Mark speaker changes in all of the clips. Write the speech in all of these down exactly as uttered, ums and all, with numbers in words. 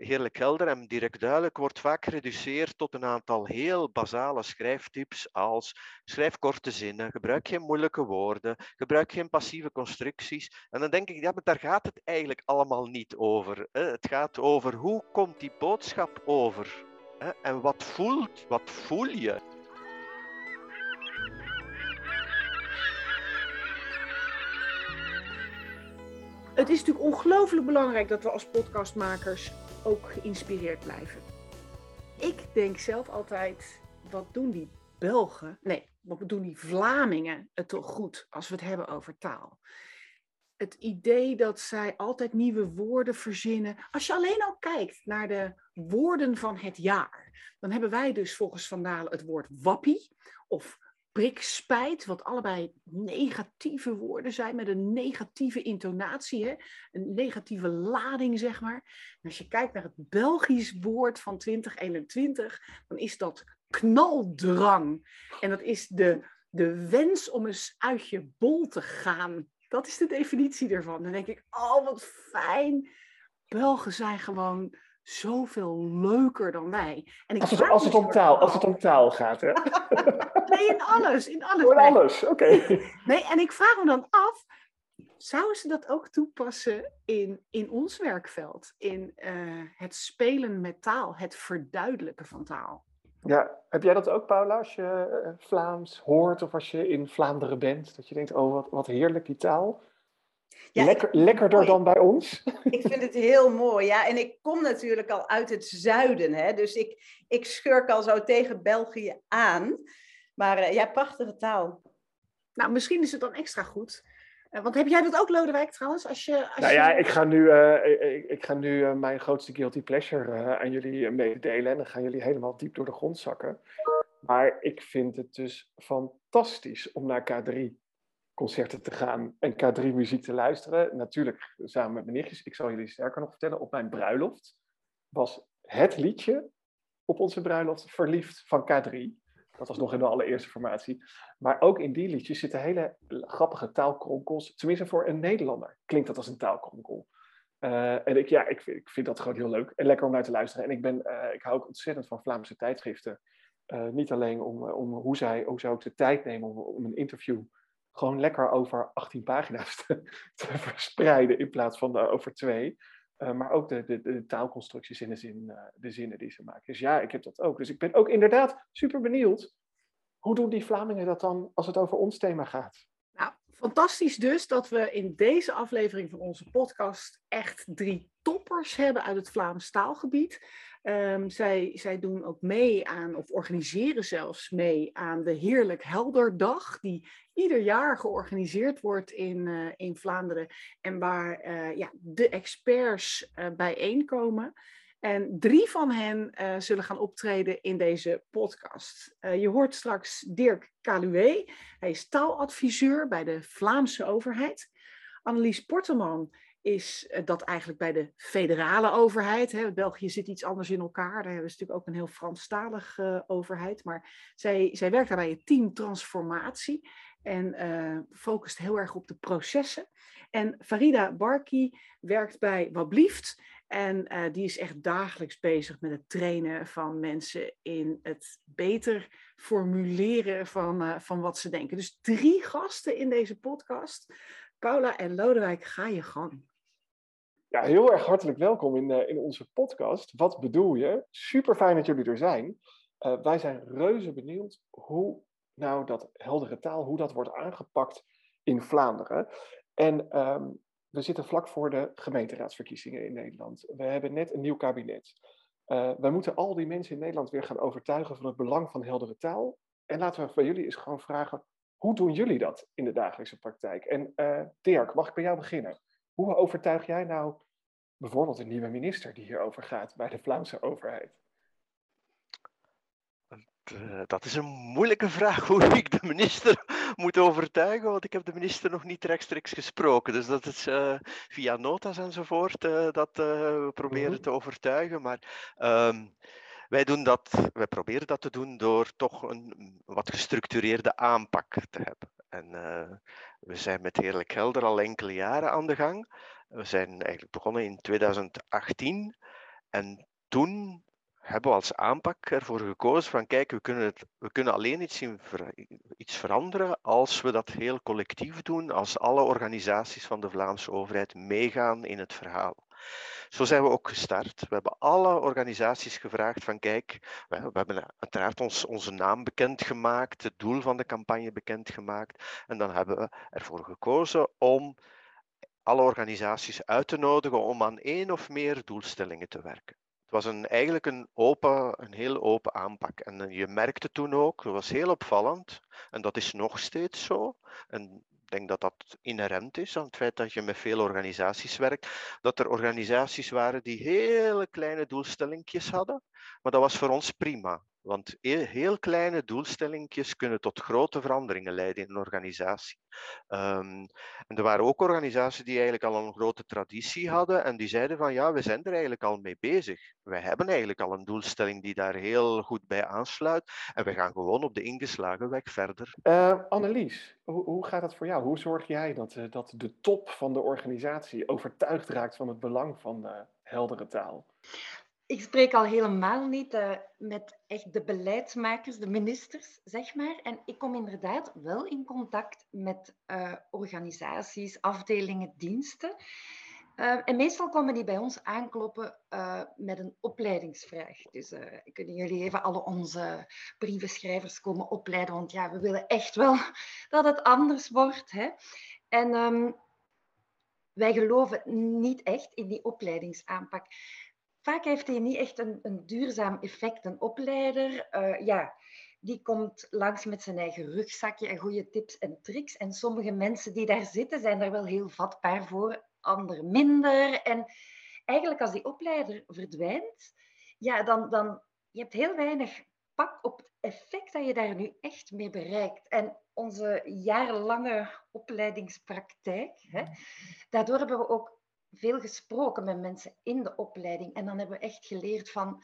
Speaker 1: Heerlijk Helder en Direct Duidelijk wordt vaak gereduceerd tot een aantal heel basale schrijftips als schrijf korte zinnen, gebruik geen moeilijke woorden, gebruik geen passieve constructies. En dan denk ik, ja, maar daar gaat het eigenlijk allemaal niet over. Hè. Het gaat over hoe komt die boodschap over? Hè? En wat voelt, wat voel je?
Speaker 2: Het is natuurlijk ongelooflijk belangrijk dat we als podcastmakers ook geïnspireerd blijven. Ik denk zelf altijd, wat doen die Belgen, nee, wat doen die Vlamingen het toch goed als we het hebben over taal? Het idee dat zij altijd nieuwe woorden verzinnen. Als je alleen al kijkt naar de woorden van het jaar, dan hebben wij dus volgens Van Dalen het woord wappie of prikspijt, wat allebei negatieve woorden zijn met een negatieve intonatie, hè? Een negatieve lading, zeg maar. En als je kijkt naar het Belgisch woord van twintig eenentwintig, dan is dat knaldrang. En dat is de, de wens om eens uit je bol te gaan. Dat is de definitie ervan. Dan denk ik, oh wat fijn. Belgen zijn gewoon zoveel leuker dan wij. En ik
Speaker 3: als, het, als, het om taal, als het om taal gaat, hè?
Speaker 2: Nee, in alles. In alles.
Speaker 3: In alles, oké. Okay.
Speaker 2: Nee, en ik vraag me dan af, zouden ze dat ook toepassen in, in ons werkveld? In uh, het spelen met taal, het verduidelijken van taal?
Speaker 3: Ja, heb jij dat ook, Paula, als je uh, Vlaams hoort of als je in Vlaanderen bent? Dat je denkt, oh, wat, wat heerlijk die taal. Ja, Lekker, ik, lekkerder mooi. Dan bij ons?
Speaker 4: Ik vind het heel mooi, ja. En ik kom natuurlijk al uit het zuiden, hè. Dus ik, ik schurk al zo tegen België aan. Maar uh, ja, prachtige taal.
Speaker 2: Nou, misschien is het dan extra goed. Uh, want heb jij dat ook, Lodewijk, trouwens? Als je, als
Speaker 3: nou ja,
Speaker 2: je...
Speaker 3: ik ga nu, uh, ik, ik ga nu uh, mijn grootste guilty pleasure uh, aan jullie mededelen. En dan gaan jullie helemaal diep door de grond zakken. Maar ik vind het dus fantastisch om naar K drie concerten te gaan en K drie muziek te luisteren. Natuurlijk samen met mijn nichtjes. Ik zal jullie sterker nog vertellen. Op mijn bruiloft was het liedje op onze bruiloft Verliefd van K drie. Dat was nog in de allereerste formatie. Maar ook in die liedjes zitten hele grappige taalkronkels. Tenminste voor een Nederlander klinkt dat als een taalkronkel. Uh, en ik, ja, ik, ik vind dat gewoon heel leuk en lekker om naar te luisteren. En ik, ben, uh, ik hou ook ontzettend van Vlaamse tijdschriften. Uh, niet alleen om, om hoe, zij, hoe zij ook de tijd nemen om, om een interview gewoon lekker over achttien pagina's te, te verspreiden in plaats van uh, over twee. Uh, maar ook de, de, de taalconstructies in de, zin, uh, de zinnen die ze maken. Dus ja, ik heb dat ook. Dus ik ben ook inderdaad super benieuwd. Hoe doen die Vlamingen dat dan als het over ons thema gaat?
Speaker 2: Nou, fantastisch dus dat we in deze aflevering van onze podcast echt drie toppers hebben uit het Vlaams taalgebied. Um, zij, zij doen ook mee aan, of organiseren zelfs mee aan de Heerlijk Helder Dag, die ieder jaar georganiseerd wordt in, uh, in Vlaanderen en waar uh, ja, de experts uh, bijeenkomen. En drie van hen uh, zullen gaan optreden in deze podcast. Uh, je hoort straks Dirk Caluwe. Hij is taaladviseur bij de Vlaamse overheid. Annelies Porteman is uh, dat eigenlijk bij de federale overheid. Hè. België zit iets anders in elkaar. Daar hebben ze natuurlijk ook een heel Franstalige uh, overheid. Maar zij, zij werkt daar bij het team Transformatie. En uh, focust heel erg op de processen. En Farida Barki werkt bij Wablieft. En uh, die is echt dagelijks bezig met het trainen van mensen in het beter formuleren van, uh, van wat ze denken. Dus drie gasten in deze podcast. Paula en Lodewijk, ga je gang.
Speaker 3: Ja, heel erg hartelijk welkom in, uh, in onze podcast. Wat bedoel je? Super fijn dat jullie er zijn. Uh, wij zijn reuze benieuwd hoe nou dat heldere taal, hoe dat wordt aangepakt in Vlaanderen. En um, we zitten vlak voor de gemeenteraadsverkiezingen in Nederland. We hebben net een nieuw kabinet. Uh, wij moeten al die mensen in Nederland weer gaan overtuigen van het belang van heldere taal. En laten we bij jullie eens gewoon vragen, hoe doen jullie dat in de dagelijkse praktijk? En uh, Dirk, mag ik bij jou beginnen? Hoe overtuig jij nou bijvoorbeeld een nieuwe minister die hierover gaat bij de Vlaamse overheid?
Speaker 1: Uh, dat is een moeilijke vraag, hoe ik de minister moet overtuigen, want ik heb de minister nog niet rechtstreeks gesproken. Dus dat is uh, via nota's enzovoort uh, dat uh, we proberen mm-hmm. te overtuigen. Maar um, wij, doen dat, wij proberen dat te doen door toch een wat gestructureerde aanpak te hebben. En uh, we zijn met Heerlijk Helder al enkele jaren aan de gang. We zijn eigenlijk begonnen in twintig achttien. En toen hebben we als aanpak ervoor gekozen van kijk, we kunnen, het, we kunnen alleen iets, in ver, iets veranderen als we dat heel collectief doen, als alle organisaties van de Vlaamse overheid meegaan in het verhaal. Zo zijn we ook gestart. We hebben alle organisaties gevraagd van kijk, we, we hebben uiteraard ons, onze naam bekendgemaakt, het doel van de campagne bekendgemaakt en dan hebben we ervoor gekozen om alle organisaties uit te nodigen om aan één of meer doelstellingen te werken. Het was een, eigenlijk een, open, een heel open aanpak. En je merkte toen ook, dat was heel opvallend, en dat is nog steeds zo, en ik denk dat dat inherent is aan het feit dat je met veel organisaties werkt, dat er organisaties waren die hele kleine doelstellingjes hadden, maar dat was voor ons prima. Want heel kleine doelstellingjes kunnen tot grote veranderingen leiden in een organisatie. Um, en er waren ook organisaties die eigenlijk al een grote traditie hadden en die zeiden van ja, we zijn er eigenlijk al mee bezig. Wij hebben eigenlijk al een doelstelling die daar heel goed bij aansluit en we gaan gewoon op de ingeslagen weg verder.
Speaker 3: Uh, Annelies, hoe, hoe gaat het voor jou? Hoe zorg jij dat, uh, dat de top van de organisatie overtuigd raakt van het belang van uh, heldere taal?
Speaker 5: Ik spreek al helemaal niet uh, met echt de beleidsmakers, de ministers, zeg maar. En ik kom inderdaad wel in contact met uh, organisaties, afdelingen, diensten. Uh, en meestal komen die bij ons aankloppen uh, met een opleidingsvraag. Dus uh, kunnen jullie even alle onze brievenschrijvers komen opleiden? Want ja, we willen echt wel dat het anders wordt. Hè? En um, wij geloven niet echt in die opleidingsaanpak. Vaak heeft hij niet echt een, een duurzaam effect. Een opleider, uh, ja, die komt langs met zijn eigen rugzakje en goede tips en tricks. En sommige mensen die daar zitten, zijn daar wel heel vatbaar voor, anderen minder. En eigenlijk als die opleider verdwijnt, ja, dan, dan je hebt heel weinig pak op het effect dat je daar nu echt mee bereikt. En onze jarenlange opleidingspraktijk, hè, daardoor hebben we ook veel gesproken met mensen in de opleiding. En dan hebben we echt geleerd van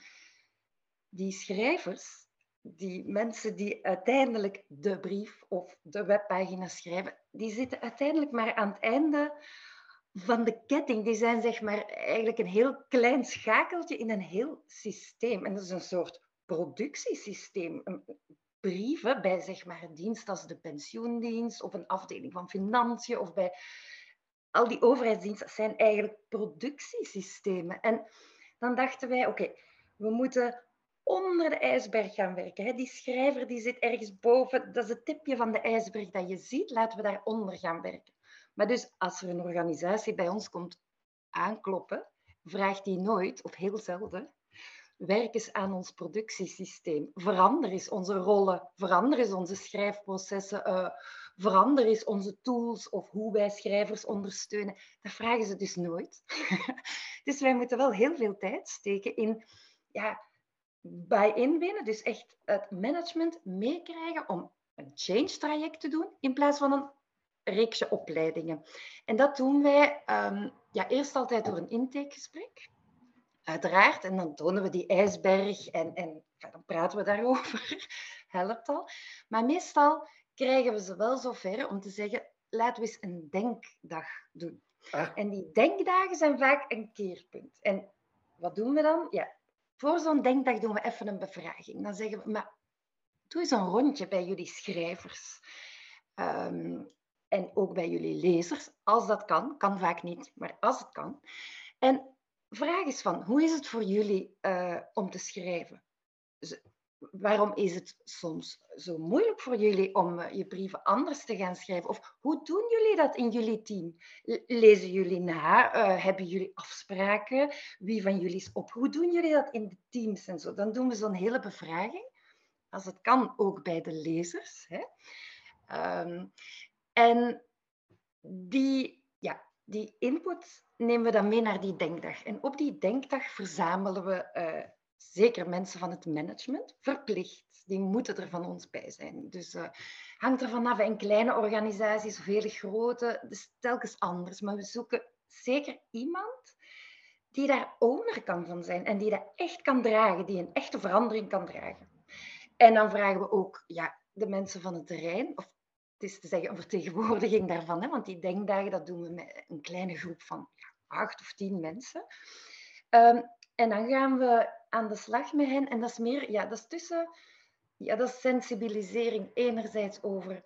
Speaker 5: die schrijvers, die mensen die uiteindelijk de brief of de webpagina schrijven, die zitten uiteindelijk maar aan het einde van de ketting. Die zijn zeg maar eigenlijk een heel klein schakeltje in een heel systeem. En dat is een soort productiesysteem. Brieven bij zeg maar een dienst als de pensioendienst of een afdeling van financiën of bij al die overheidsdiensten zijn eigenlijk productiesystemen. En dan dachten wij, oké, okay, we moeten onder de ijsberg gaan werken. Hè. Die schrijver die zit ergens boven, dat is het tipje van de ijsberg dat je ziet, laten we daaronder gaan werken. Maar dus als er een organisatie bij ons komt aankloppen, vraagt die nooit, of heel zelden, werk eens aan ons productiesysteem. Verander eens onze rollen, verander eens onze schrijfprocessen, uh, verander eens onze tools of hoe wij schrijvers ondersteunen. Dat vragen ze dus nooit. Dus wij moeten wel heel veel tijd steken in ja, bij inbinden, dus echt het management meekrijgen om een change traject te doen in plaats van een reeksje opleidingen. En dat doen wij um, ja, eerst altijd door een intakegesprek. Uiteraard, en dan tonen we die ijsberg en, en ja, dan praten we daarover. Helpt al. Maar meestal krijgen we ze wel zover om te zeggen, laten we eens een denkdag doen. Ah. En die denkdagen zijn vaak een keerpunt. En wat doen we dan? Ja, voor zo'n denkdag doen we even een bevraging. Dan zeggen we, maar doe eens een rondje bij jullie schrijvers. Um, en ook bij jullie lezers, als dat kan. Kan vaak niet, maar als het kan. En vraag eens van, hoe is het voor jullie uh, om te schrijven? Z- waarom is het soms zo moeilijk voor jullie om uh, je brieven anders te gaan schrijven? Of hoe doen jullie dat in jullie team? L- lezen jullie na? Uh, hebben jullie afspraken? Wie van jullie is op? Hoe doen jullie dat in de teams en zo? Dan doen we zo'n hele bevraging. Als het kan, ook bij de lezers. Hè? Um, en die, ja, die input nemen we dan mee naar die denkdag. En op die denkdag verzamelen we uh, zeker mensen van het management, verplicht. Die moeten er van ons bij zijn. Dus uh, hangt er vanaf in kleine organisaties of hele grote, dus telkens anders. Maar we zoeken zeker iemand die daar owner kan van zijn en die dat echt kan dragen, die een echte verandering kan dragen. En dan vragen we ook ja, de mensen van het terrein, of het is te zeggen een vertegenwoordiging daarvan, hè, want die denkdagen, dat doen we met een kleine groep van ja, acht of tien mensen. Um, en dan gaan we aan de slag met hen. En dat is meer, ja, dat is tussen, ja, dat is sensibilisering enerzijds over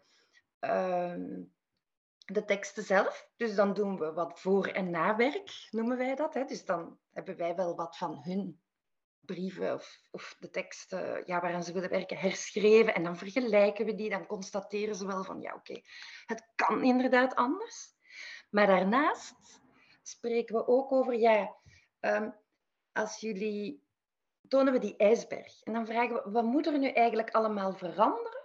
Speaker 5: uh, de teksten zelf. Dus dan doen we wat voor- en nawerk, noemen wij dat. Hè. Dus dan hebben wij wel wat van hun brieven of, of de teksten ja, waaraan ze willen werken herschreven. En dan vergelijken we die. Dan constateren ze wel van, ja, oké, okay, het kan inderdaad anders. Maar daarnaast spreken we ook over, ja, um, als jullie... tonen we die ijsberg. En dan vragen we, wat moet er nu eigenlijk allemaal veranderen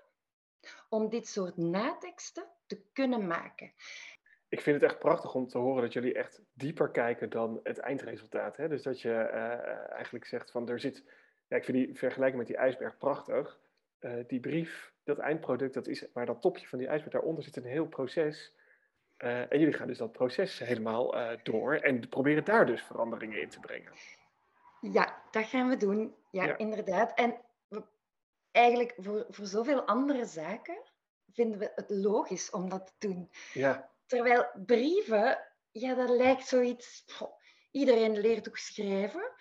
Speaker 5: om dit soort nateksten te kunnen maken?
Speaker 3: Ik vind het echt prachtig om te horen dat jullie echt dieper kijken dan het eindresultaat. Hè? Dus dat je uh, eigenlijk zegt van er zit... Ja, ik vind die vergelijking met die ijsberg prachtig. Uh, die brief, dat eindproduct, dat is, maar dat topje van die ijsberg, daaronder zit een heel proces. Uh, en jullie gaan dus dat proces helemaal uh, door en proberen daar dus veranderingen in te brengen.
Speaker 5: Ja, dat gaan we doen. Ja, ja. Inderdaad. En we, eigenlijk voor, voor zoveel andere zaken vinden we het logisch om dat te doen.
Speaker 3: Ja.
Speaker 5: Terwijl brieven, ja, dat lijkt zoiets... Pff, iedereen leert ook schrijven.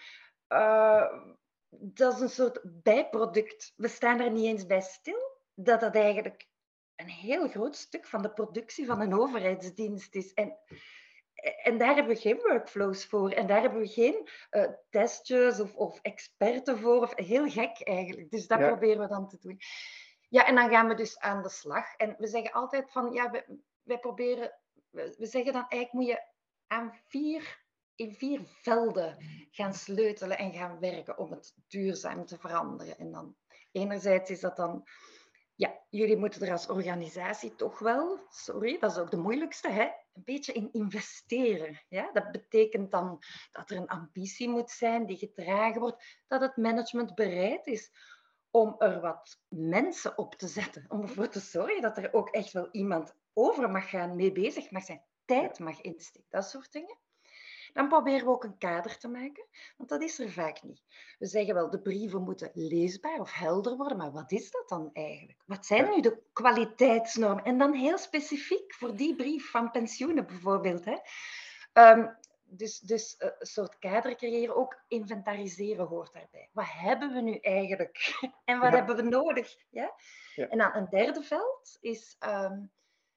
Speaker 5: Uh, dat is een soort bijproduct. We staan er niet eens bij stil dat dat eigenlijk een heel groot stuk van de productie van een overheidsdienst is. En, en daar hebben we geen workflows voor. En daar hebben we geen uh, testjes of, of experten voor. Of, heel gek eigenlijk. Dus dat ja. proberen we dan te doen. Ja, en dan gaan we dus aan de slag. En we zeggen altijd van, ja, we, wij proberen... We, we zeggen dan eigenlijk moet je aan vier... in vier velden gaan sleutelen en gaan werken om het duurzaam te veranderen. En dan enerzijds is dat dan... Ja, jullie moeten er als organisatie toch wel, sorry, dat is ook de moeilijkste, hè, een beetje in investeren. Ja? Dat betekent dan dat er een ambitie moet zijn die gedragen wordt, dat het management bereid is om er wat mensen op te zetten. Om ervoor te zorgen dat er ook echt wel iemand over mag gaan, mee bezig mag zijn, tijd mag insteken, dat soort dingen. Dan proberen we ook een kader te maken, want dat is er vaak niet. We zeggen wel, de brieven moeten leesbaar of helder worden, maar wat is dat dan eigenlijk? Wat zijn nu de kwaliteitsnormen? En dan heel specifiek voor die brief van pensioenen bijvoorbeeld. Hè? Um, dus dus uh, een soort kader creëren, ook inventariseren hoort daarbij. Wat hebben we nu eigenlijk? En wat ja. hebben we nodig? Ja? Ja. En dan een derde veld is um,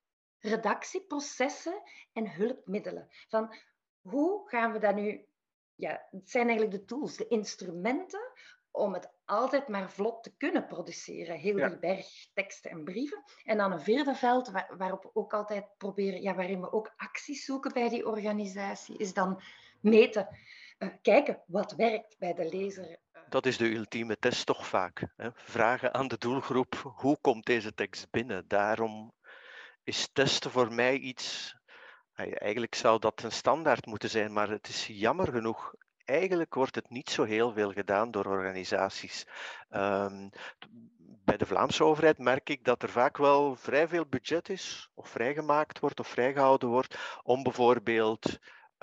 Speaker 5: redactieprocessen en hulpmiddelen. Van, hoe gaan we dat nu... Ja, het zijn eigenlijk de tools, de instrumenten om het altijd maar vlot te kunnen produceren. Heel ja. die berg teksten en brieven. En dan een vierde veld waar, waarop we ook altijd proberen, ja, waarin we ook acties zoeken bij die organisatie, is dan meten. Uh, kijken wat werkt bij de lezer.
Speaker 1: Dat is de ultieme test toch vaak. Hè? Vragen aan de doelgroep, hoe komt deze tekst binnen? Daarom is testen voor mij iets... Eigenlijk zou dat een standaard moeten zijn, maar het is jammer genoeg. Eigenlijk wordt het niet zo heel veel gedaan door organisaties. Um, bij de Vlaamse overheid merk ik dat er vaak wel vrij veel budget is, of vrijgemaakt wordt, of vrijgehouden wordt, om bijvoorbeeld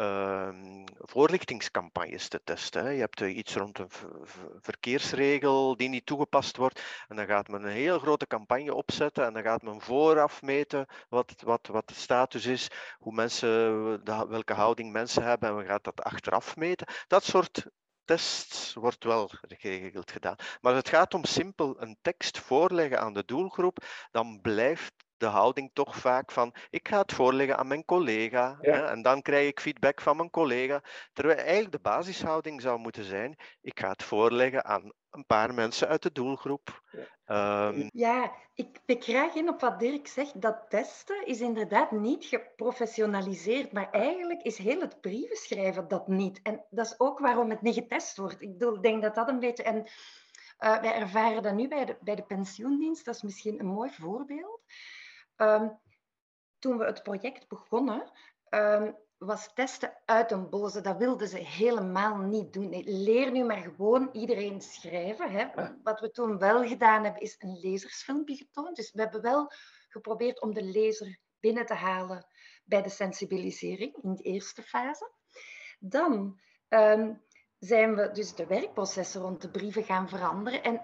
Speaker 1: um, voorlichtingscampagnes te testen. Hè. Je hebt uh, iets rond een v- v- verkeersregel die niet toegepast wordt, en dan gaat men een heel grote campagne opzetten, en dan gaat men vooraf meten wat, wat, wat de status is, hoe mensen, de, welke houding mensen hebben, en we gaan dat achteraf meten. Dat soort tests wordt wel geregeld gedaan. Maar het gaat om simpel een tekst voorleggen aan de doelgroep, dan blijft de houding toch vaak van, ik ga het voorleggen aan mijn collega, ja. hè, en dan krijg ik feedback van mijn collega. Terwijl eigenlijk de basishouding zou moeten zijn, ik ga het voorleggen aan een paar mensen uit de doelgroep.
Speaker 5: Ja, um, ja ik pik graag in op wat Dirk zegt. Dat testen is inderdaad niet geprofessionaliseerd, maar eigenlijk is heel het brievenschrijven dat niet. En dat is ook waarom het niet getest wordt. Ik bedoel, denk dat dat een beetje... En, uh, wij ervaren dat nu bij de, bij de pensioendienst, dat is misschien een mooi voorbeeld. Um, toen we het project begonnen, um, was testen uit een boze. Dat wilden ze helemaal niet doen. Nee, leer nu maar gewoon iedereen schrijven. Hè. Wat we toen wel gedaan hebben, is een lezersfilmpje getoond. Dus we hebben wel geprobeerd om de lezer binnen te halen bij de sensibilisering in de eerste fase. Dan um, zijn we dus de werkprocessen rond de brieven gaan veranderen. En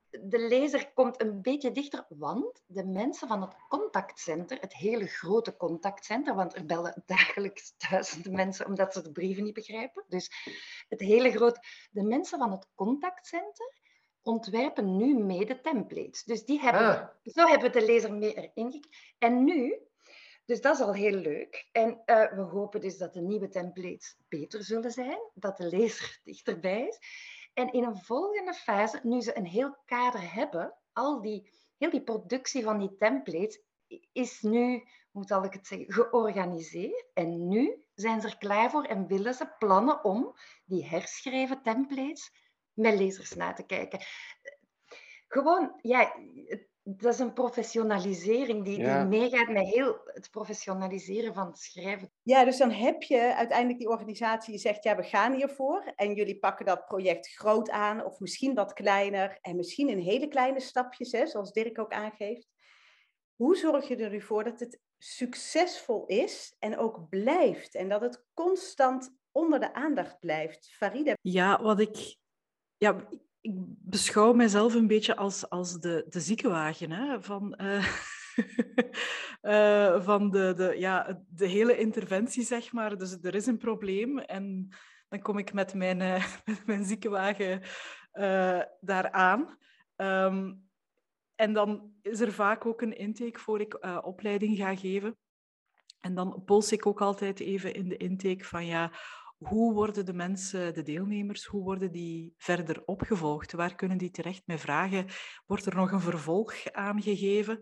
Speaker 5: de lezer komt een beetje dichter, want de mensen van het contactcenter, het hele grote contactcenter, want er bellen dagelijks duizenden mensen omdat ze de brieven niet begrijpen. Dus het hele grote, de mensen van het contactcenter ontwerpen nu mee de templates. Dus die hebben,
Speaker 3: Ah.
Speaker 5: zo hebben we de lezer mee erin gekregen. En nu, dus dat is al heel leuk. En uh, we hopen dus dat de nieuwe templates beter zullen zijn, dat de lezer dichterbij is. En in een volgende fase, nu ze een heel kader hebben, al die, heel die productie van die templates is nu, hoe zal ik het zeggen, georganiseerd. En nu zijn ze er klaar voor en willen ze plannen om die herschreven templates met lezers na te kijken. Gewoon, ja, dat is een professionalisering die,
Speaker 3: Ja.
Speaker 5: die meegaat met heel het professionaliseren van het schrijven.
Speaker 4: Ja, dus dan heb je uiteindelijk die organisatie die zegt, ja, we gaan hiervoor. En jullie pakken dat project groot aan of misschien wat kleiner. En misschien in hele kleine stapjes, hè, zoals Dirk ook aangeeft. Hoe zorg je er nu voor dat het succesvol is en ook blijft? En dat het constant onder de aandacht blijft? Farida?
Speaker 6: Ja, wat ik... Ja, ik beschouw mezelf een beetje als, als de, de ziekenwagen hè, van, uh, uh, van de, de, ja, de hele interventie, zeg maar. Dus er is een probleem en dan kom ik met mijn, uh, met mijn ziekenwagen uh, daaraan. Um, en dan is er vaak ook een intake voor ik uh, opleiding ga geven. En dan pols ik ook altijd even in de intake van ja... Hoe worden de mensen, de deelnemers, hoe worden die verder opgevolgd? Waar kunnen die terecht met vragen? Wordt er nog een vervolg aangegeven?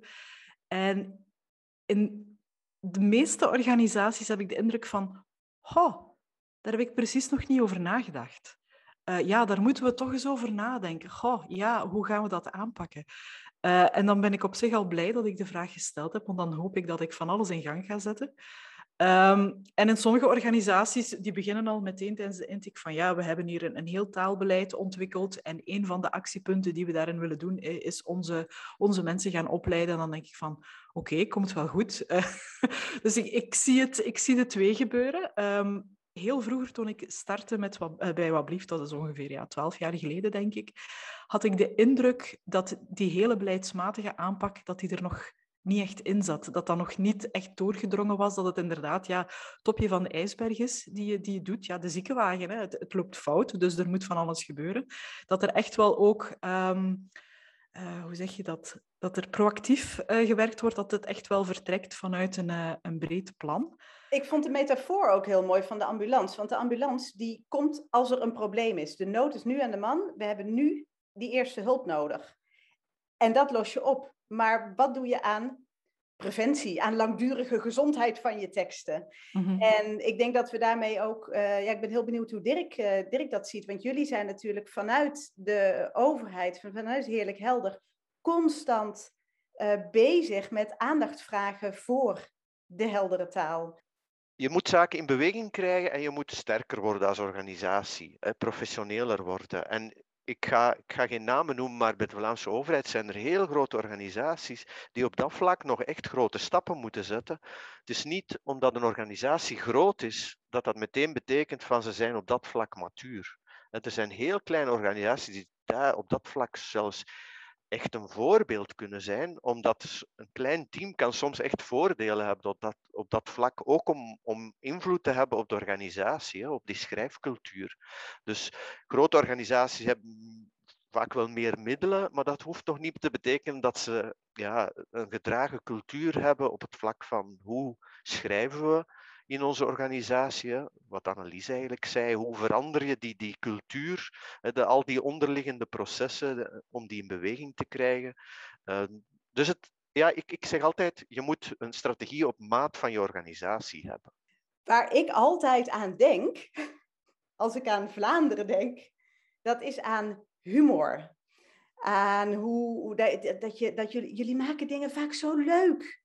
Speaker 6: En in de meeste organisaties heb ik de indruk van... Oh, daar heb ik precies nog niet over nagedacht. Uh, ja, daar moeten we toch eens over nadenken. Goh, ja, hoe gaan we dat aanpakken? Uh, en dan ben ik op zich al blij dat ik de vraag gesteld heb, want dan hoop ik dat ik van alles in gang ga zetten. Um, en in sommige organisaties die beginnen al meteen tijdens de intake van ja, we hebben hier een, een heel taalbeleid ontwikkeld en een van de actiepunten die we daarin willen doen is onze, onze mensen gaan opleiden. En dan denk ik van oké, okay, komt wel goed. Uh, dus ik, ik, zie het, ik zie de twee gebeuren. Um, heel vroeger, toen ik startte met, uh, bij Wat Blieft, dat is ongeveer ja, twaalf jaar geleden denk ik, had ik de indruk dat die hele beleidsmatige aanpak, dat die er nog niet echt in zat. Dat dat nog niet echt doorgedrongen was, dat het inderdaad ja, het topje van de ijsberg is die je, die je doet. Ja, de ziekenwagen, hè. Het, het loopt fout, dus er moet van alles gebeuren. Dat er echt wel ook, um, uh, hoe zeg je dat, dat er proactief uh, gewerkt wordt, dat het echt wel vertrekt vanuit een, uh, een breed plan.
Speaker 4: Ik vond de metafoor ook heel mooi van de ambulance, want de ambulance die komt als er een probleem is. De nood is nu aan de man, we hebben nu die eerste hulp nodig. En dat los je op. Maar wat doe je aan preventie, aan langdurige gezondheid van je teksten? Mm-hmm. En ik denk dat we daarmee ook... Uh, ja, ik ben heel benieuwd hoe Dirk, uh, Dirk dat ziet. Want jullie zijn natuurlijk vanuit de overheid, vanuit Heerlijk Helder, constant uh, bezig met aandacht vragen voor de heldere taal.
Speaker 1: Je moet zaken in beweging krijgen en je moet sterker worden als organisatie, hè, professioneler worden. En Ik ga, ik ga geen namen noemen, maar bij de Vlaamse overheid zijn er heel grote organisaties die op dat vlak nog echt grote stappen moeten zetten. Het is niet omdat een organisatie groot is, dat dat meteen betekent van ze zijn op dat vlak matuur. En er zijn heel kleine organisaties die daar op dat vlak zelfs echt een voorbeeld kunnen zijn, omdat een klein team kan soms echt voordelen hebben op dat, op dat vlak, ook om, om invloed te hebben op de organisatie, hè, op die schrijfcultuur. Dus grote organisaties hebben vaak wel meer middelen, maar dat hoeft nog niet te betekenen dat ze ja, een gedragen cultuur hebben op het vlak van hoe schrijven we in onze organisatie. Wat Annelies eigenlijk zei, hoe verander je die, die cultuur, de, al die onderliggende processen de, om die in beweging te krijgen. Uh, dus het, ja, ik, ik zeg altijd, je moet een strategie op maat van je organisatie hebben.
Speaker 4: Waar ik altijd aan denk, als ik aan Vlaanderen denk, dat is aan humor. Aan hoe, dat, dat, je, dat jullie, jullie maken dingen vaak zo leuk.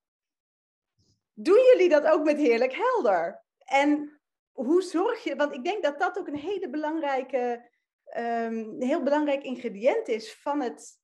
Speaker 4: Doen jullie dat ook met Heerlijk Helder? En hoe zorg je, want ik denk dat dat ook een hele belangrijke, um, heel belangrijk ingrediënt is van het,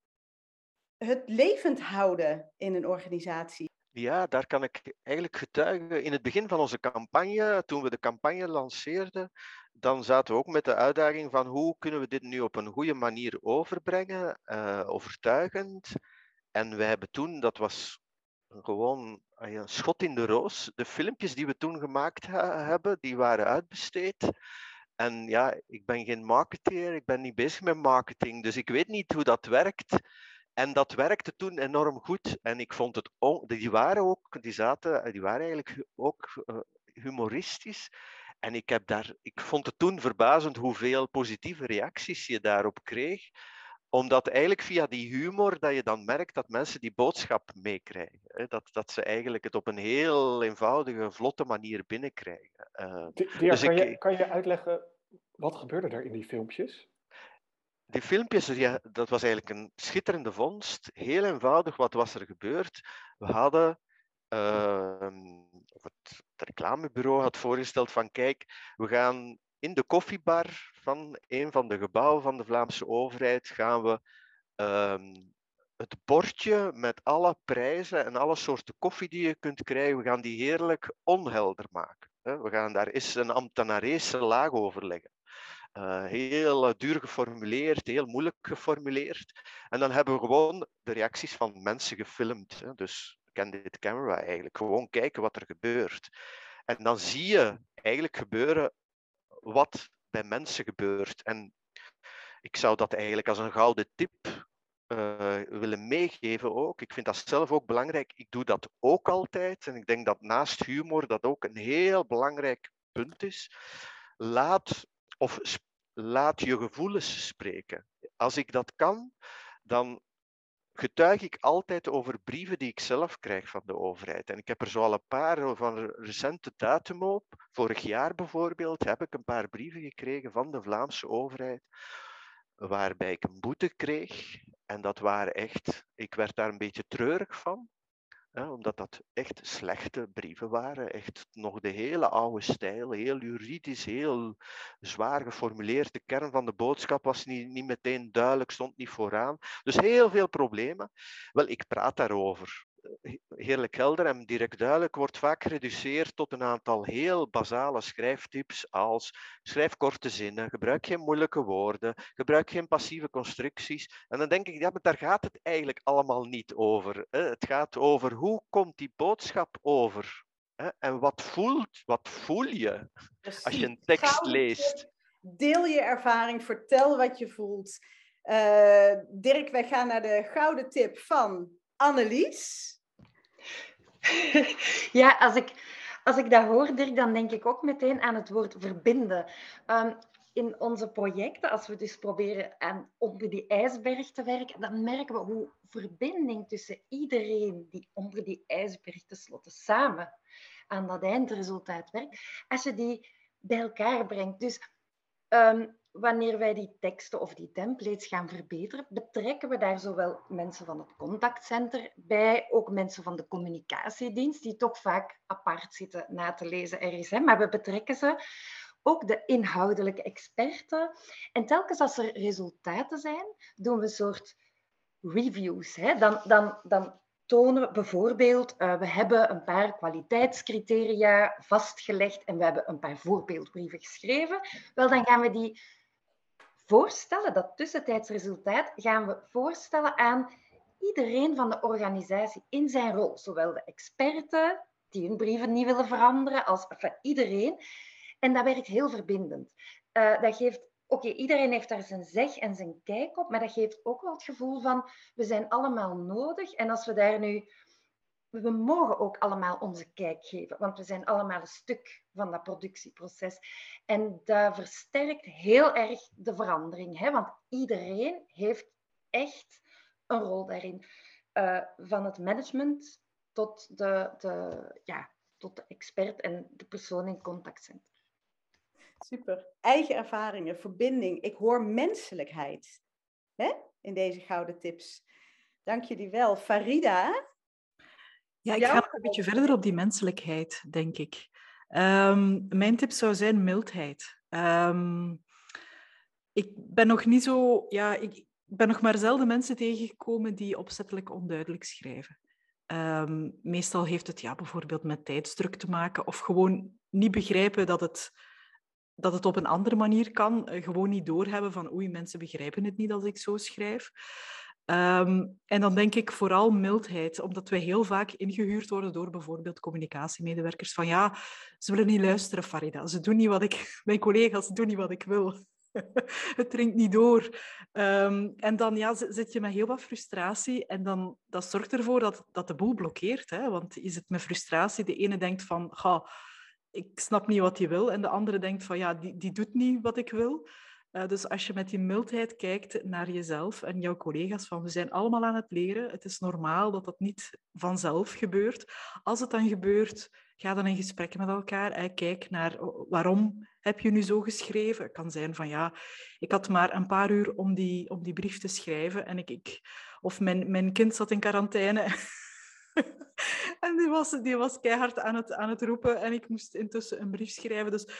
Speaker 4: het levend houden in een organisatie.
Speaker 1: Ja, daar kan ik eigenlijk getuigen. In het begin van onze campagne, toen we de campagne lanceerden, dan zaten we ook met de uitdaging van hoe kunnen we dit nu op een goede manier overbrengen, uh, overtuigend. En we hebben toen, dat was gewoon een schot in de roos, de filmpjes die we toen gemaakt ha- hebben, die waren uitbesteed. En ja, ik ben geen marketeer, ik ben niet bezig met marketing, dus ik weet niet hoe dat werkt. En dat werkte toen enorm goed. En ik vond het, on- die waren ook, die zaten, die waren eigenlijk ook uh, humoristisch. En ik, heb daar, ik vond het toen verbazend hoeveel positieve reacties je daarop kreeg. Omdat eigenlijk via die humor dat je dan merkt dat mensen die boodschap meekrijgen. Hè? Dat, dat ze eigenlijk het op een heel eenvoudige, vlotte manier binnenkrijgen. Uh,
Speaker 3: Dia, dus kan, ik, je, kan je uitleggen, wat gebeurde er in die filmpjes?
Speaker 1: Die filmpjes, ja, dat was eigenlijk een schitterende vondst. Heel eenvoudig, wat was er gebeurd? We hadden... Uh, of het, het reclamebureau had voorgesteld van kijk, we gaan in de koffiebar van een van de gebouwen van de Vlaamse overheid gaan we uh, het bordje met alle prijzen en alle soorten koffie die je kunt krijgen, we gaan die heerlijk onhelder maken. We gaan daar eens een ambtenarese laag over leggen. Uh, heel uh, duur geformuleerd, heel moeilijk geformuleerd. En dan hebben we gewoon de reacties van mensen gefilmd. Hè. Dus candid camera eigenlijk. Gewoon kijken wat er gebeurt. En dan zie je eigenlijk gebeuren wat bij mensen gebeurt. En ik zou dat eigenlijk als een gouden tip uh, willen meegeven ook. Ik vind dat zelf ook belangrijk. Ik doe dat ook altijd. En ik denk dat naast humor dat ook een heel belangrijk punt is. Laat, of laat je gevoelens spreken. Als ik dat kan, dan getuig ik altijd over brieven die ik zelf krijg van de overheid. En ik heb er zo al een paar van recente datum op. Vorig jaar bijvoorbeeld heb ik een paar brieven gekregen van de Vlaamse overheid, waarbij ik een boete kreeg. En dat waren echt, ik werd daar een beetje treurig van. Ja, omdat dat echt slechte brieven waren. Echt nog de hele oude stijl. Heel juridisch, heel zwaar geformuleerd. De kern van de boodschap was niet, niet meteen duidelijk, stond niet vooraan. Dus heel veel problemen. Wel, ik praat daarover. Heerlijk helder en direct duidelijk wordt vaak gereduceerd tot een aantal heel basale schrijftips als schrijf korte zinnen, gebruik geen moeilijke woorden, gebruik geen passieve constructies. En dan denk ik, ja, maar daar gaat het eigenlijk allemaal niet over. Het gaat over hoe komt die boodschap over? En wat voelt, wat voel je
Speaker 4: Precies.
Speaker 1: Als je een tekst
Speaker 4: Gouden
Speaker 1: leest?
Speaker 4: Tip. Deel je ervaring, vertel wat je voelt. Uh, Dirk, wij gaan naar de gouden tip van Annelies.
Speaker 5: Ja, als ik, als ik dat hoor, Dirk, dan denk ik ook meteen aan het woord verbinden. Um, in onze projecten, als we dus proberen aan, onder die ijsberg te werken, dan merken we hoe verbinding tussen iedereen die onder die ijsberg tenslotte samen aan dat eindresultaat werkt, als je die bij elkaar brengt. Dus um, wanneer wij die teksten of die templates gaan verbeteren, betrekken we daar zowel mensen van het contactcenter bij, ook mensen van de communicatiedienst, die toch vaak apart zitten na te lezen ergens. Hè? Maar we betrekken ze, ook de inhoudelijke experten. En telkens als er resultaten zijn, doen we een soort reviews. Hè? Dan, dan, dan tonen we bijvoorbeeld, uh, we hebben een paar kwaliteitscriteria vastgelegd en we hebben een paar voorbeeldbrieven geschreven. Wel, dan gaan we die voorstellen, dat tussentijds resultaat, gaan we voorstellen aan iedereen van de organisatie in zijn rol. Zowel de experten, die hun brieven niet willen veranderen, als enfin, iedereen. En dat werkt heel verbindend. Uh, dat geeft, oké, okay, iedereen heeft daar zijn zeg en zijn kijk op, maar dat geeft ook wel het gevoel van, we zijn allemaal nodig. En als we daar nu... We mogen ook allemaal onze kijk geven, want we zijn allemaal een stuk van dat productieproces. En dat versterkt heel erg de verandering, hè? Want iedereen heeft echt een rol daarin. Uh, van het management tot de, de, ja, tot de expert en de persoon in het contactcentrum.
Speaker 4: Super. Eigen ervaringen, verbinding. Ik hoor menselijkheid, hè? In deze gouden tips. Dank jullie wel. Farida?
Speaker 6: Ja, ik ga nog een beetje verder op die menselijkheid, denk ik. Um, mijn tip zou zijn mildheid. Um, ik ben nog niet zo... Ja, ik ben nog maar zelden mensen tegengekomen die opzettelijk onduidelijk schrijven. Um, meestal heeft het ja, bijvoorbeeld met tijdsdruk te maken of gewoon niet begrijpen dat het dat het op een andere manier kan. Uh, gewoon niet doorhebben van oei, mensen begrijpen het niet als ik zo schrijf. Um, en dan denk ik vooral mildheid, omdat wij heel vaak ingehuurd worden door bijvoorbeeld communicatiemedewerkers van ja, ze willen niet luisteren, Farida. Ze doen niet wat ik... Mijn collega's doen niet wat ik wil. Het dringt niet door. Um, en dan ja, zit je met heel wat frustratie en dan, dat zorgt ervoor dat, dat de boel blokkeert. Hè? Want je zit met frustratie. De ene denkt van, ga, ik snap niet wat hij wil. En de andere denkt van, ja, die, die doet niet wat ik wil. Uh, dus als je met die mildheid kijkt naar jezelf en jouw collega's, van we zijn allemaal aan het leren. Het is normaal dat dat niet vanzelf gebeurt. Als het dan gebeurt, ga dan in gesprek met elkaar. Hè. Kijk naar waarom heb je nu zo geschreven. Het kan zijn van ja, ik had maar een paar uur om die, om die brief te schrijven. En ik, ik, of mijn, mijn kind zat in quarantaine. En die was, die was keihard aan het, aan het roepen. En ik moest intussen een brief schrijven. Dus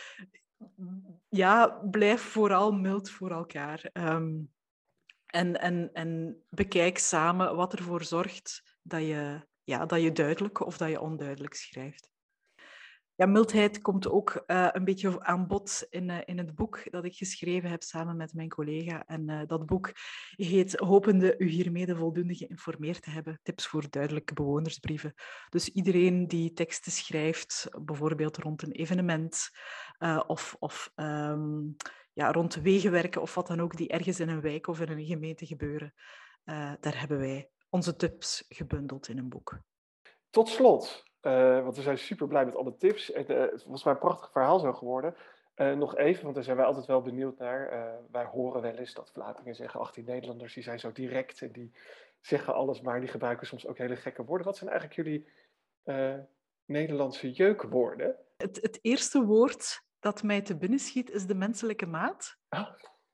Speaker 6: ja, blijf vooral mild voor elkaar. Um, en, en, en bekijk samen wat ervoor zorgt dat je, ja, dat je duidelijk of dat je onduidelijk schrijft. Ja, mildheid komt ook uh, een beetje aan bod in, uh, in het boek dat ik geschreven heb samen met mijn collega. En uh, dat boek heet Hopende u hiermee voldoende geïnformeerd te hebben. Tips voor duidelijke bewonersbrieven. Dus iedereen die teksten schrijft, bijvoorbeeld rond een evenement uh, of, of um, ja, rond wegenwerken of wat dan ook, die ergens in een wijk of in een gemeente gebeuren. Uh, daar hebben wij onze tips gebundeld in een boek.
Speaker 3: Tot slot... Uh, want we zijn super blij met alle tips. En, uh, het was maar een prachtig verhaal zo geworden. Uh, nog even, want daar zijn wij altijd wel benieuwd naar. Uh, wij horen wel eens dat Vlamingen zeggen, ach, die Nederlanders die zijn zo direct en die zeggen alles, maar die gebruiken soms ook hele gekke woorden. Wat zijn eigenlijk jullie uh, Nederlandse jeukwoorden?
Speaker 6: Het, het eerste woord dat mij te binnen schiet is de menselijke maat.
Speaker 3: Ah.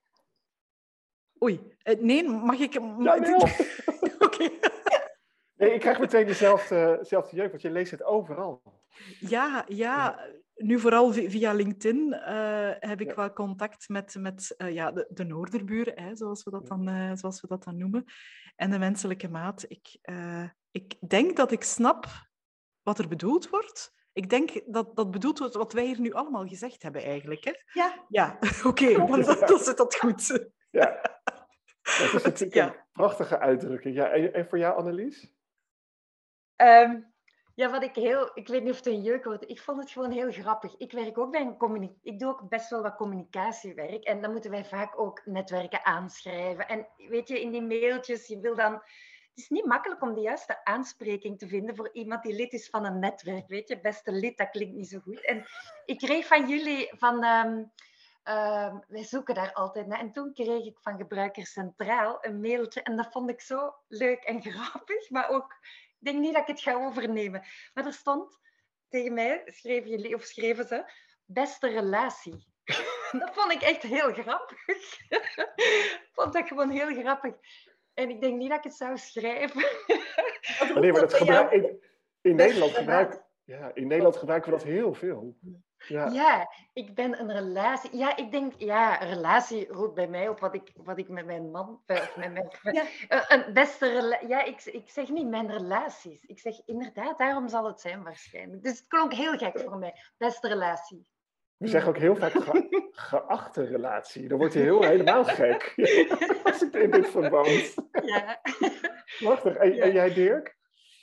Speaker 6: Oei, uh, nee, mag ik...
Speaker 3: Ja, nee. Oké. Okay. Nee, ik krijg meteen dezelfde, dezelfde jeuk, want je leest het overal.
Speaker 6: Ja, ja. Nu vooral via LinkedIn uh, heb ik
Speaker 3: ja.
Speaker 6: wel contact met, met uh, ja, de, de Noorderburen, hè, zoals, we dat dan, uh, zoals we dat dan noemen. En de menselijke maat. Ik, uh, ik denk dat ik snap wat er bedoeld wordt. Ik denk dat dat bedoeld wordt wat wij hier nu allemaal gezegd hebben eigenlijk. Hè?
Speaker 4: Ja.
Speaker 6: Ja, oké, okay, dan, dan zit dat goed.
Speaker 3: Ja. Dat is natuurlijk ja. een prachtige uitdrukking. Ja, en, en voor jou, Annelies?
Speaker 5: Um, ja, wat ik heel... Ik weet niet of het een jeuk wordt. Ik vond het gewoon heel grappig. Ik werk ook bij een communicatie... Ik doe ook best wel wat communicatiewerk. En dan moeten wij vaak ook netwerken aanschrijven. En weet je, in die mailtjes, je wil dan... Het is niet makkelijk om de juiste aanspreking te vinden voor iemand die lid is van een netwerk. Weet je, beste lid, dat klinkt niet zo goed. En ik kreeg van jullie van... Um, Uh, wij zoeken daar altijd naar. En toen kreeg ik van Gebruikers Centraal een mailtje. En dat vond ik zo leuk en grappig. Maar ook, ik denk niet dat ik het ga overnemen. Maar er stond tegen mij, schreven jullie, of schreven ze, beste relatie. Dat vond ik echt heel grappig. Ik vond dat gewoon heel grappig. En ik denk niet dat ik het zou schrijven.
Speaker 3: Oh, nee, maar dat gebruik, in, in, Nederland gebruik, ja, in Nederland gebruiken we dat heel veel.
Speaker 5: Ja. ja, ik ben een relatie... Ja, ik denk... Ja, een relatie roept bij mij op wat ik, wat ik met mijn man... Of met mijn, ja. Een beste relatie... Ja, ik, ik zeg niet mijn relaties. Ik zeg inderdaad, daarom zal het zijn waarschijnlijk. Dus het klonk heel gek voor mij. Beste relatie.
Speaker 3: We zeggen ook heel vaak ge, geachte relatie. Dan wordt hij heel helemaal gek. Als ik in dit verband. Ja. Prachtig. En, ja. en jij, Dirk?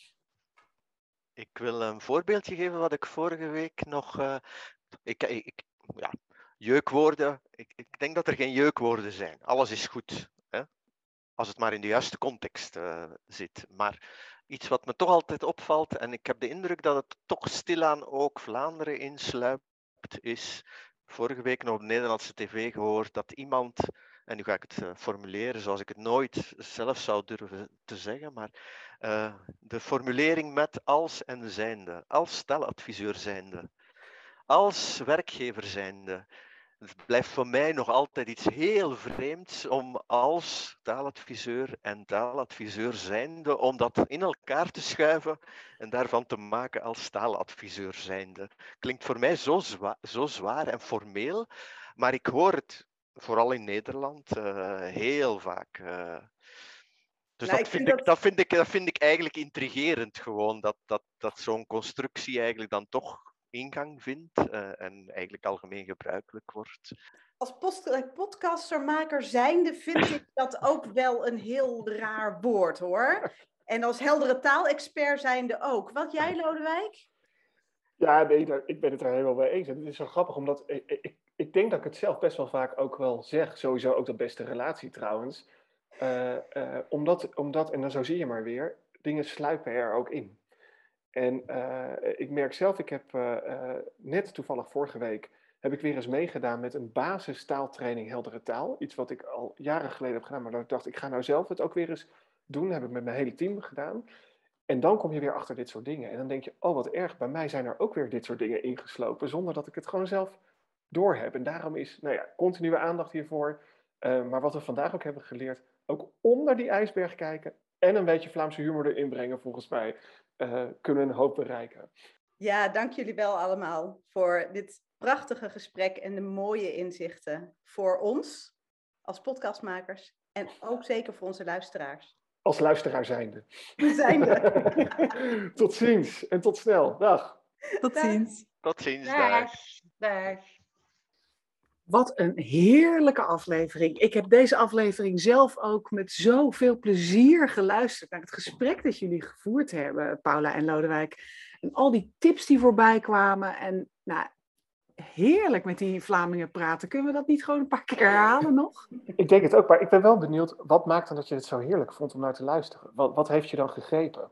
Speaker 1: Ik wil een voorbeeldje geven wat ik vorige week nog... Uh, ik, ik, ja, jeukwoorden. Ik, ik denk dat er geen jeukwoorden zijn. Alles is goed. Hè? Als het maar in de juiste context uh, zit. Maar iets wat me toch altijd opvalt, en ik heb de indruk dat het toch stilaan ook Vlaanderen insluipt, is vorige week nog op Nederlandse tv gehoord dat iemand... En nu ga ik het uh, formuleren zoals ik het nooit zelf zou durven te zeggen, maar uh, de formulering met als en zijnde, als taaladviseur zijnde, als werkgever zijnde. Het blijft voor mij nog altijd iets heel vreemds om als taaladviseur en taaladviseur zijnde, om dat in elkaar te schuiven en daarvan te maken als taaladviseur zijnde. Klinkt voor mij zo zwaar, zo zwaar en formeel, maar ik hoor het vooral in Nederland uh, heel vaak. Uh, dus nou, dat, vind ik, dat... Dat, vind ik, dat vind ik eigenlijk intrigerend gewoon, dat, dat, dat zo'n constructie eigenlijk dan toch ingang vindt uh, en eigenlijk algemeen gebruikelijk wordt.
Speaker 4: Als post- podcastermaker zijnde vind ik dat ook wel een heel raar woord, hoor. En als heldere taalexpert zijnde ook. Wat jij, Lodewijk?
Speaker 3: Ja, nee, daar, ik ben het er helemaal mee eens. En het is zo grappig, omdat ik, ik, ik denk dat ik het zelf best wel vaak ook wel zeg. Sowieso ook de beste relatie trouwens. Uh, uh, omdat, omdat, en dan zo zie je maar weer, dingen sluipen er ook in. En uh, ik merk zelf, ik heb uh, uh, net toevallig vorige week, heb ik weer eens meegedaan met een basistaaltraining heldere taal. Iets wat ik al jaren geleden heb gedaan, maar dat ik dacht, ik ga nou zelf het ook weer eens doen. Dat heb ik met mijn hele team gedaan. En dan kom je weer achter dit soort dingen. En dan denk je, oh wat erg, bij mij zijn er ook weer dit soort dingen ingeslopen, zonder dat ik het gewoon zelf doorheb. En daarom is, nou ja, continue aandacht hiervoor. Uh, maar wat we vandaag ook hebben geleerd, ook onder die ijsberg kijken en een beetje Vlaamse humor erin brengen, volgens mij, uh, kunnen we een hoop bereiken.
Speaker 4: Ja, dank jullie wel allemaal voor dit prachtige gesprek en de mooie inzichten voor ons als podcastmakers en ook zeker voor onze luisteraars.
Speaker 3: Als luisteraar zijnde.
Speaker 4: Zijnde.
Speaker 3: Tot ziens en tot snel. Dag.
Speaker 6: Tot ziens.
Speaker 1: Tot ziens.
Speaker 5: Dag. Dag.
Speaker 2: Wat een heerlijke aflevering. Ik heb deze aflevering zelf ook met zoveel plezier geluisterd naar het gesprek dat jullie gevoerd hebben, Paula en Lodewijk. En al die tips die voorbij kwamen. En nou, heerlijk met die Vlamingen praten. Kunnen we dat niet gewoon een paar keer herhalen nog?
Speaker 3: Ik denk het ook, maar ik ben wel benieuwd, wat maakt dan dat je het zo heerlijk vond om naar te luisteren? Wat, wat heeft je dan gegrepen?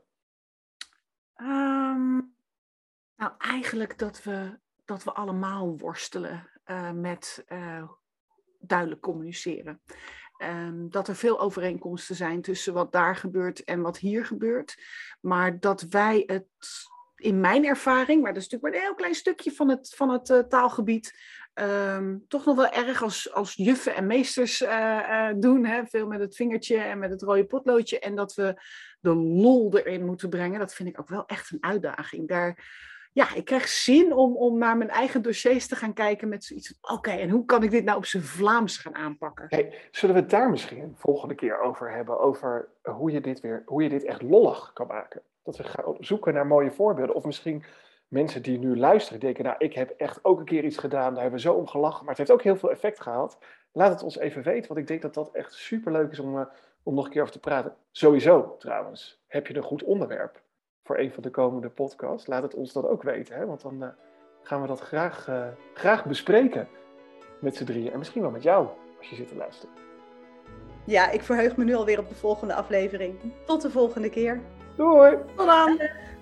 Speaker 2: Um, nou, eigenlijk dat we, dat we allemaal worstelen uh, met uh, duidelijk communiceren. Um, dat er veel overeenkomsten zijn tussen wat daar gebeurt en wat hier gebeurt. Maar dat wij het, in mijn ervaring, maar dat is natuurlijk maar een heel klein stukje van het, van het uh, taalgebied, um, toch nog wel erg als, als juffen en meesters uh, uh, doen. Hè? Veel met het vingertje en met het rode potloodje. En dat we de lol erin moeten brengen. Dat vind ik ook wel echt een uitdaging. Daar, ja, ik krijg zin om, om naar mijn eigen dossiers te gaan kijken met zoiets. Oké, okay, en hoe kan ik dit nou op zijn Vlaams gaan aanpakken?
Speaker 3: Hey, zullen we het daar misschien een volgende keer over hebben? Over hoe je dit, weer, hoe je dit echt lollig kan maken? Dat we gaan zoeken naar mooie voorbeelden. Of misschien mensen die nu luisteren denken, nou, ik heb echt ook een keer iets gedaan, daar hebben we zo om gelachen, maar het heeft ook heel veel effect gehad. Laat het ons even weten, want ik denk dat dat echt superleuk is om, uh, om nog een keer over te praten. Sowieso, trouwens, heb je een goed onderwerp voor een van de komende podcasts? Laat het ons dan ook weten, hè? Want dan uh, gaan we dat graag, uh, graag bespreken met z'n drieën. En misschien wel met jou, als je zit te luisteren.
Speaker 4: Ja, ik verheug me nu alweer op de volgende aflevering. Tot de volgende keer.
Speaker 3: Doei!
Speaker 2: Tot dan!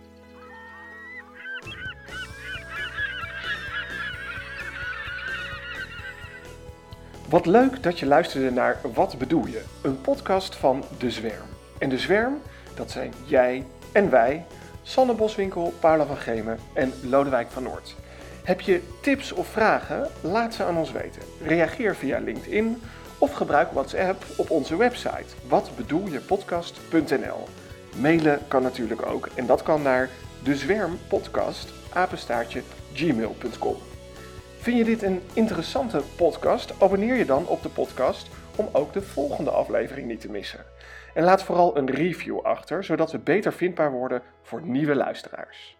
Speaker 3: Wat leuk dat je luisterde naar Wat bedoel je? Een podcast van De Zwerm. En De Zwerm, dat zijn jij en wij, Sanne Boswinkel, Paula van Gemen en Lodewijk van Noort. Heb je tips of vragen? Laat ze aan ons weten. Reageer via LinkedIn of gebruik WhatsApp op onze website wat bedoel je podcast punt n l. Mailen kan natuurlijk ook en dat kan naar dezwermpodcast apenstaartje gmail punt com. Vind je dit een interessante podcast? Abonneer je dan op de podcast om ook de volgende aflevering niet te missen. En laat vooral een review achter, zodat we beter vindbaar worden voor nieuwe luisteraars.